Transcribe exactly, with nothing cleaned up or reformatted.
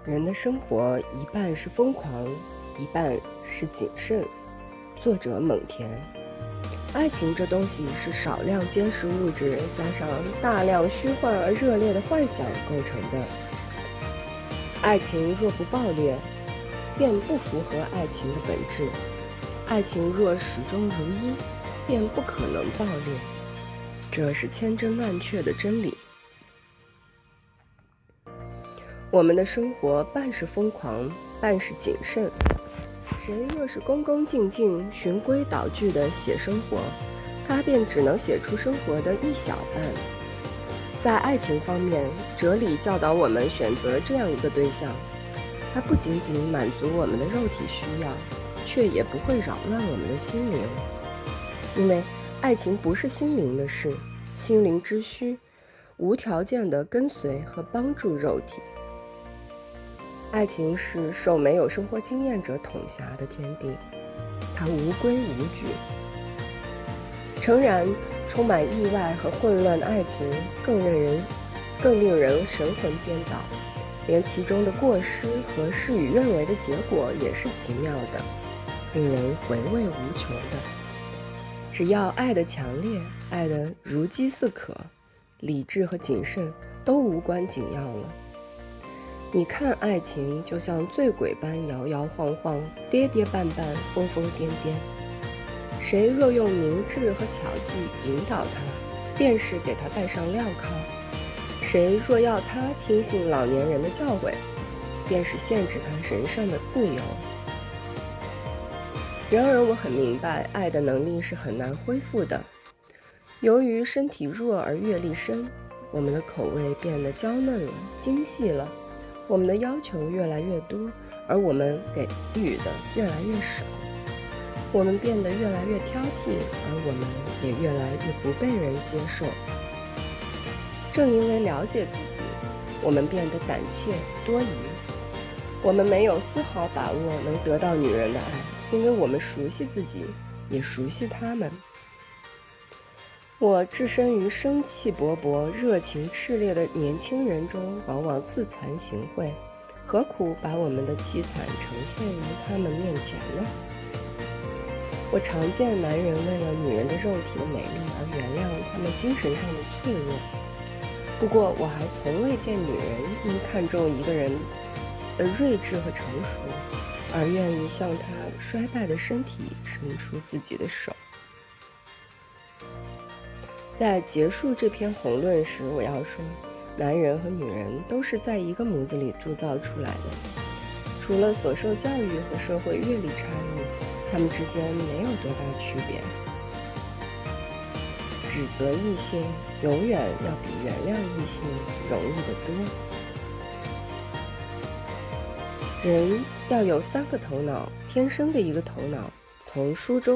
人的生活一半是疯狂，一半是谨慎。作者蒙恬。爱情这东西是少量坚实物质加上大量虚幻而热烈的幻想构成的。爱情若不爆裂，便不符合爱情的本质；爱情若始终如一，便不可能爆裂。这是千真万确的真理。我们的生活半是疯狂，半是谨慎。谁若是恭恭敬敬、循规蹈矩地写生活，他便只能写出生活的一小半。在爱情方面，哲理教导我们选择这样一个对象，它不仅仅满足我们的肉体需要，却也不会扰乱我们的心灵。因为爱情不是心灵的事，心灵之需，无条件地跟随和帮助肉体。爱情是受没有生活经验者统辖的天地，它无规无矩。诚然，充满意外和混乱的爱情更令人更令人神魂颠倒，连其中的过失和事与愿违的结果也是奇妙的，令人回味无穷的。只要爱得强烈，爱得如饥似渴，理智和谨慎都无关紧要了。你看爱情就像醉鬼般摇摇晃晃，跌跌绊绊，疯疯癫癫。谁若用明智和巧计引导他，便是给他戴上镣铐；谁若要他听信老年人的教诲，便是限制他神圣的自由。然而我很明白，爱的能力是很难恢复的。由于身体弱而阅历深，我们的口味变得娇嫩了，精细了，我们的要求越来越多，而我们给予的越来越少。我们变得越来越挑剔，而我们也越来越不被人接受。正因为了解自己，我们变得胆怯多疑。我们没有丝毫把握能得到女人的爱，因为我们熟悉自己，也熟悉她们。我置身于生气勃勃、热情炽烈的年轻人中，往往自惭形秽，何苦把我们的凄惨呈现于他们面前呢？我常见男人为了女人的肉体的美丽而原谅他们精神上的脆弱，不过我还从未见女人因看重一个人的睿智和成熟，而愿意向他衰败的身体伸出自己的手。在结束这篇宏论时，我要说，男人和女人都是在一个模子里铸造出来的，除了所受教育和社会阅历差异，他们之间没有多大区别。指责异性永远要比原谅异性容易得多。人要有三个头脑，天生的一个头脑，从书中